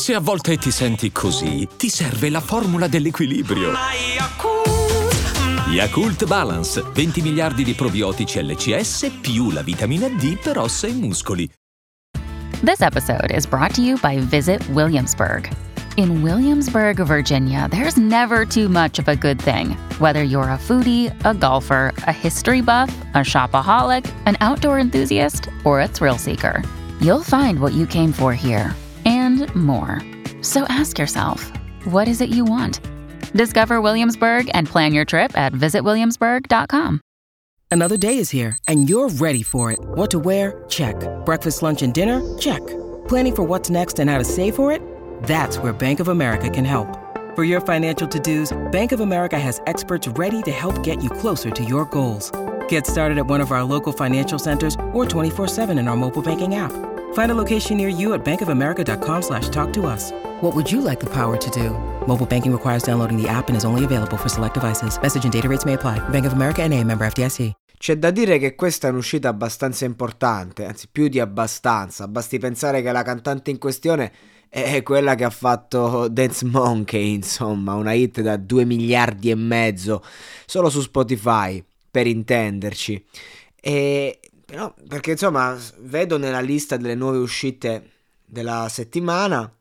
Se a volte ti senti così, ti serve la formula dell'equilibrio. Yakult Balance, 20 miliardi di probiotici LCS più la vitamina D per ossa e muscoli. This episode is brought to you by Visit Williamsburg. In Williamsburg, Virginia, there's never too much of a good thing. Whether you're a foodie, a golfer, a history buff, a shopaholic, an outdoor enthusiast, or a thrill seeker, you'll find what you came for here and more. So ask yourself, what is it you want? Discover Williamsburg and plan your trip at visitwilliamsburg.com. Another day is here, and you're ready for it. What to wear? Check. Breakfast, lunch, and dinner? Check. Planning for what's next and how to save for it? That's where Bank of America can help. For your financial to-dos, Bank of America has experts ready to help get you closer to your goals. Get started at one of our local financial centers or 24/7 in our mobile banking app. Find a location near you at bankofamerica.com/talktous. What would you like the power to do? Mobile banking requires downloading the app and is only available for select devices. Message and data rates may apply. Bank of America N.A., member FDIC. C'è da dire che questa è un'uscita abbastanza importante, anzi più di abbastanza. Basti pensare che la cantante in questione è quella che ha fatto Dance Monkey, insomma, una hit da 2 miliardi e mezzo solo su Spotify, per intenderci. Però, perché insomma, vedo nella lista delle nuove uscite della settimana,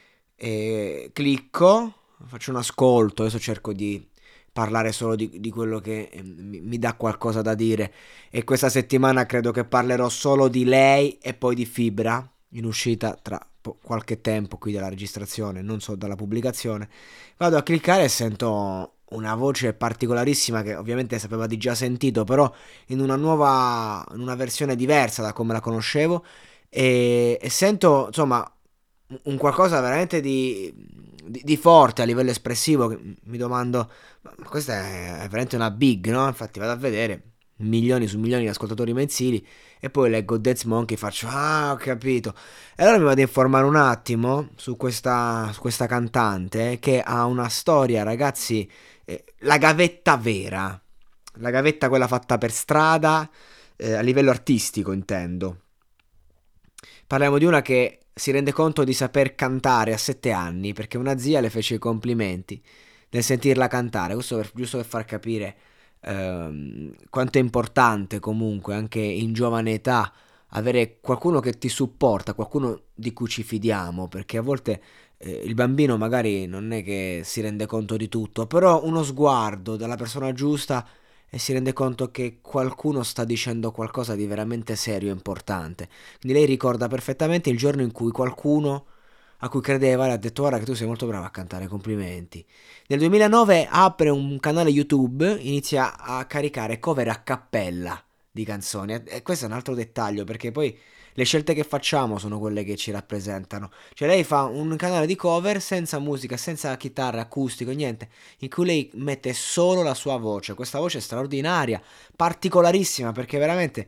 clicco, faccio un ascolto, adesso cerco di parlare solo di quello che mi dà qualcosa da dire, e questa settimana credo che parlerò solo di lei e poi di Fibra, in uscita tra qualche tempo qui dalla registrazione, non so dalla pubblicazione. Vado a cliccare e sento una voce particolarissima che ovviamente sapeva di già sentito, però in una versione diversa da come la conoscevo, e sento insomma un qualcosa veramente di forte a livello espressivo, che mi domando, ma questa è veramente una big, no? Infatti vado a vedere milioni su milioni di ascoltatori mensili e poi leggo Dance Monkey, faccio ho capito, e allora mi vado a informare un attimo su questa cantante che ha una storia, ragazzi, la gavetta vera, la gavetta quella fatta per strada, a livello artistico intendo. Parliamo di una che si rende conto di saper cantare a 7 anni perché una zia le fece i complimenti nel sentirla cantare. Questo giusto per far capire quanto è importante comunque anche in giovane età avere qualcuno che ti supporta, qualcuno di cui ci fidiamo, perché a volte il bambino magari non è che si rende conto di tutto, però uno sguardo dalla persona giusta e si rende conto che qualcuno sta dicendo qualcosa di veramente serio e importante. Quindi lei ricorda perfettamente il giorno in cui qualcuno a cui credeva le ha detto: guarda che tu sei molto brava a cantare, complimenti. Nel 2009 apre un canale YouTube, inizia a caricare cover a cappella di canzoni, e questo è un altro dettaglio, perché poi le scelte che facciamo sono quelle che ci rappresentano. Cioè lei fa un canale di cover senza musica, senza chitarra, acustico, niente, in cui lei mette solo la sua voce. Questa voce è straordinaria, particolarissima, perché veramente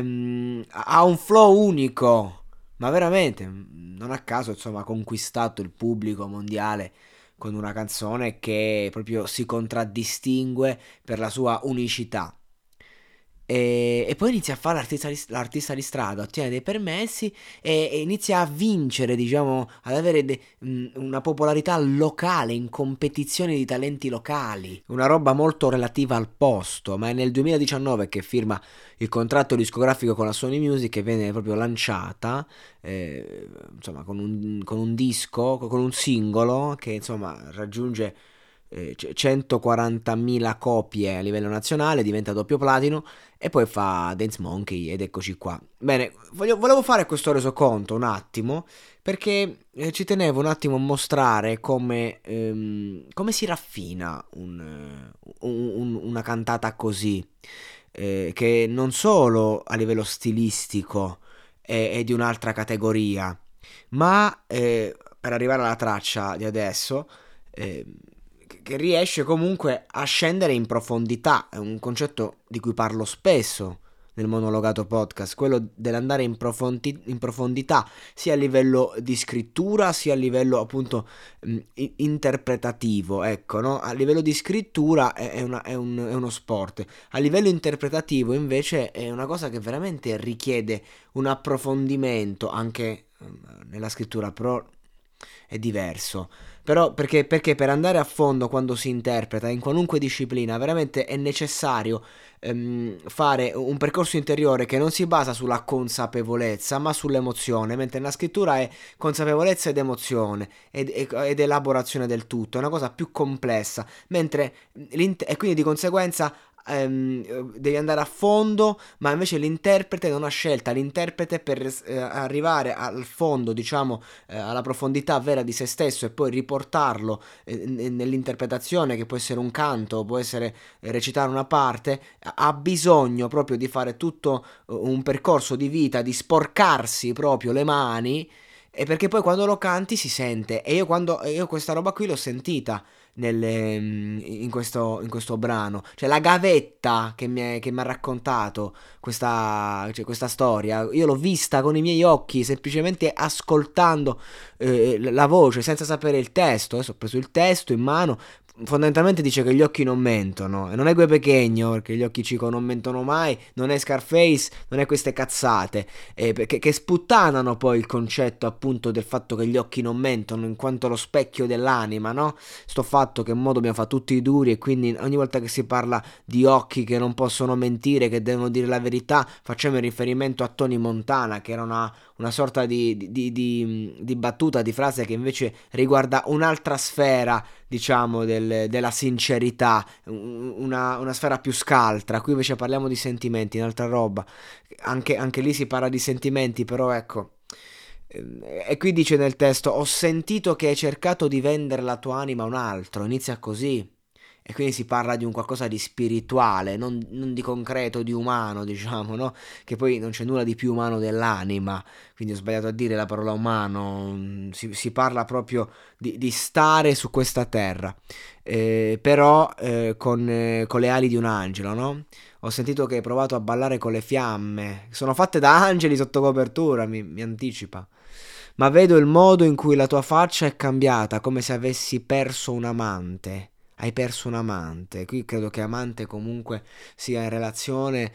ha un flow unico, ma veramente, non a caso insomma ha conquistato il pubblico mondiale con una canzone che proprio si contraddistingue per la sua unicità. E poi inizia a fare l'artista di strada, ottiene dei permessi e inizia a vincere, diciamo, ad avere una popolarità locale in competizioni di talenti locali, una roba molto relativa al posto. Ma è nel 2019 che firma il contratto discografico con la Sony Music e viene proprio lanciata, insomma, con un disco, con un singolo che insomma raggiunge 140.000 copie a livello nazionale, diventa doppio platino e poi fa Dance Monkey ed eccoci qua. Bene, volevo fare questo resoconto un attimo perché ci tenevo un attimo a mostrare come si raffina una cantata così, che non solo a livello stilistico è di un'altra categoria, ma per arrivare alla traccia di adesso che riesce comunque a scendere in profondità. È un concetto di cui parlo spesso nel monologato podcast, quello dell'andare in profondità sia a livello di scrittura sia a livello appunto interpretativo, ecco, no? A livello di scrittura è uno sport, a livello interpretativo invece è una cosa che veramente richiede un approfondimento anche nella scrittura, però è diverso. Però perché per andare a fondo quando si interpreta in qualunque disciplina veramente è necessario fare un percorso interiore che non si basa sulla consapevolezza ma sull'emozione, mentre nella scrittura è consapevolezza ed emozione ed elaborazione del tutto, è una cosa più complessa, mentre e quindi di conseguenza devi andare a fondo, ma invece l'interprete non ha scelta, l'interprete per arrivare al fondo, diciamo, alla profondità vera di se stesso e poi riportarlo nell'interpretazione, che può essere un canto, può essere recitare una parte, ha bisogno proprio di fare tutto un percorso di vita, di sporcarsi proprio le mani, e perché poi quando lo canti si sente. E io questa roba qui l'ho sentita in questo brano, cioè la gavetta che mi ha raccontato questa storia, io l'ho vista con i miei occhi semplicemente ascoltando la voce senza sapere il testo. Adesso ho preso il testo in mano. Fondamentalmente dice che gli occhi non mentono, e non è Gue Pequeno, perché gli occhi cico non mentono mai, non è Scarface, non è queste cazzate, che sputtanano poi il concetto appunto del fatto che gli occhi non mentono in quanto lo specchio dell'anima, no? Sto fatto che in modo abbiamo fatto tutti i duri, e quindi ogni volta che si parla di occhi che non possono mentire, che devono dire la verità, facciamo il riferimento a Tony Montana, che era una sorta di battuta, di frase che invece riguarda un'altra sfera, diciamo, della sincerità, una sfera più scaltra. Qui invece parliamo di sentimenti, un'altra roba. Anche lì si parla di sentimenti, però ecco. E qui dice nel testo: ho sentito che hai cercato di vendere la tua anima a un altro. Inizia così. E quindi si parla di un qualcosa di spirituale, non di concreto, di umano, diciamo, no? Che poi non c'è nulla di più umano dell'anima, quindi ho sbagliato a dire la parola umano. Si parla proprio di stare su questa terra, però con le ali di un angelo, no? Ho sentito che hai provato a ballare con le fiamme, sono fatte da angeli sotto copertura, mi anticipa. Ma vedo il modo in cui la tua faccia è cambiata, come se avessi perso un amante. Hai perso un amante. Qui credo che amante comunque sia in relazione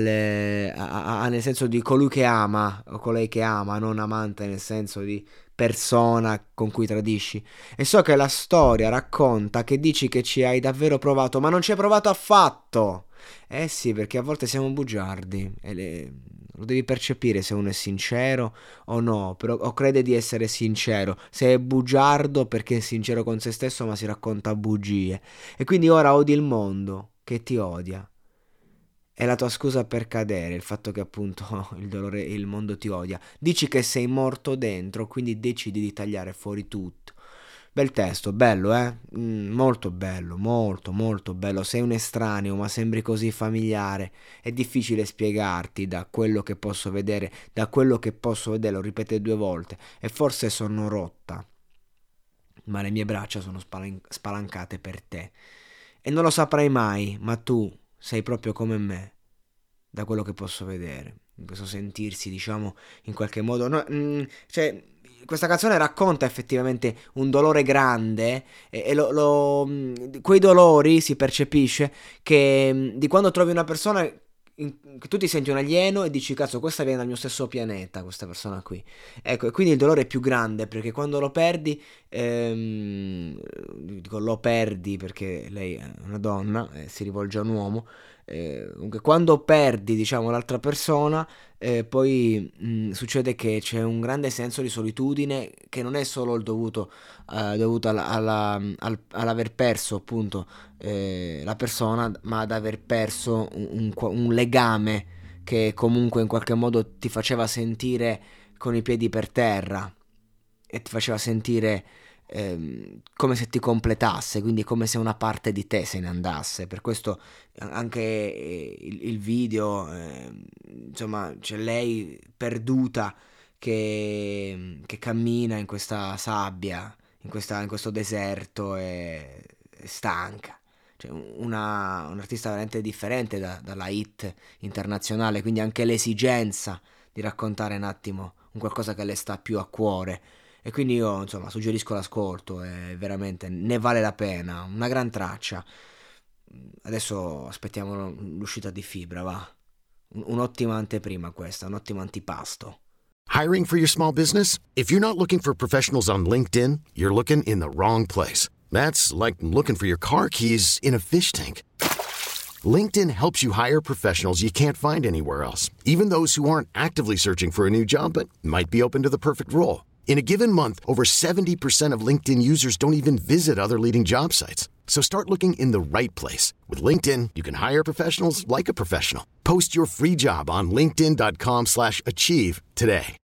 nel senso di colui che ama o colei che ama, non amante nel senso di persona con cui tradisci. E so che la storia racconta che dici che ci hai davvero provato, ma non ci hai provato affatto. Eh sì, perché a volte siamo bugiardi lo devi percepire se uno è sincero o no, però, o crede di essere sincero. Se è bugiardo perché è sincero con se stesso ma si racconta bugie. E quindi ora odi il mondo che ti odia. È la tua scusa per cadere, il fatto che appunto il dolore, il mondo ti odia. Dici che sei morto dentro, quindi decidi di tagliare fuori tutto. Bel testo, bello, molto bello, molto molto bello. Sei un estraneo, ma sembri così familiare. È difficile spiegarti da quello che posso vedere, lo ripete 2 volte, e forse sono rotta, ma le mie braccia sono spalancate per te. E non lo saprai mai, ma tu sei proprio come me, da quello che posso vedere. In questo sentirsi, diciamo, in qualche modo, no, cioè questa canzone racconta effettivamente un dolore grande, quei dolori si percepisce che di quando trovi una persona che tu ti senti un alieno e dici cazzo, questa viene dal mio stesso pianeta, questa persona qui, ecco. E quindi il dolore è più grande perché quando lo perdi, dico lo perdi perché lei è una donna e si rivolge a un uomo, comunque quando perdi, diciamo, l'altra persona, poi succede che c'è un grande senso di solitudine, che non è solo il dovuto all'aver perso appunto la persona, ma ad aver perso un legame che comunque in qualche modo ti faceva sentire con i piedi per terra e ti faceva sentire come se ti completasse, quindi come se una parte di te se ne andasse. Per questo anche il video, insomma, c'è lei perduta che cammina in questa sabbia, in questo deserto, e stanca. Cioè un artista veramente differente dalla hit internazionale, quindi anche l'esigenza di raccontare un attimo un qualcosa che le sta più a cuore. E quindi io, insomma, suggerisco l'ascolto, e veramente ne vale la pena, una gran traccia. Adesso aspettiamo l'uscita di Fibra, va. Un'ottima anteprima questa, un ottimo antipasto. Hiring for your small business? If you're not looking for professionals on LinkedIn, you're looking in the wrong place. That's like looking for your car keys in a fish tank. LinkedIn helps you hire professionals you can't find anywhere else, even those who aren't actively searching for a new job but might be open to the perfect role. In a given month, over 70% of LinkedIn users don't even visit other leading job sites. So start looking in the right place. With LinkedIn, you can hire professionals like a professional. Post your free job on linkedin.com/achieve today.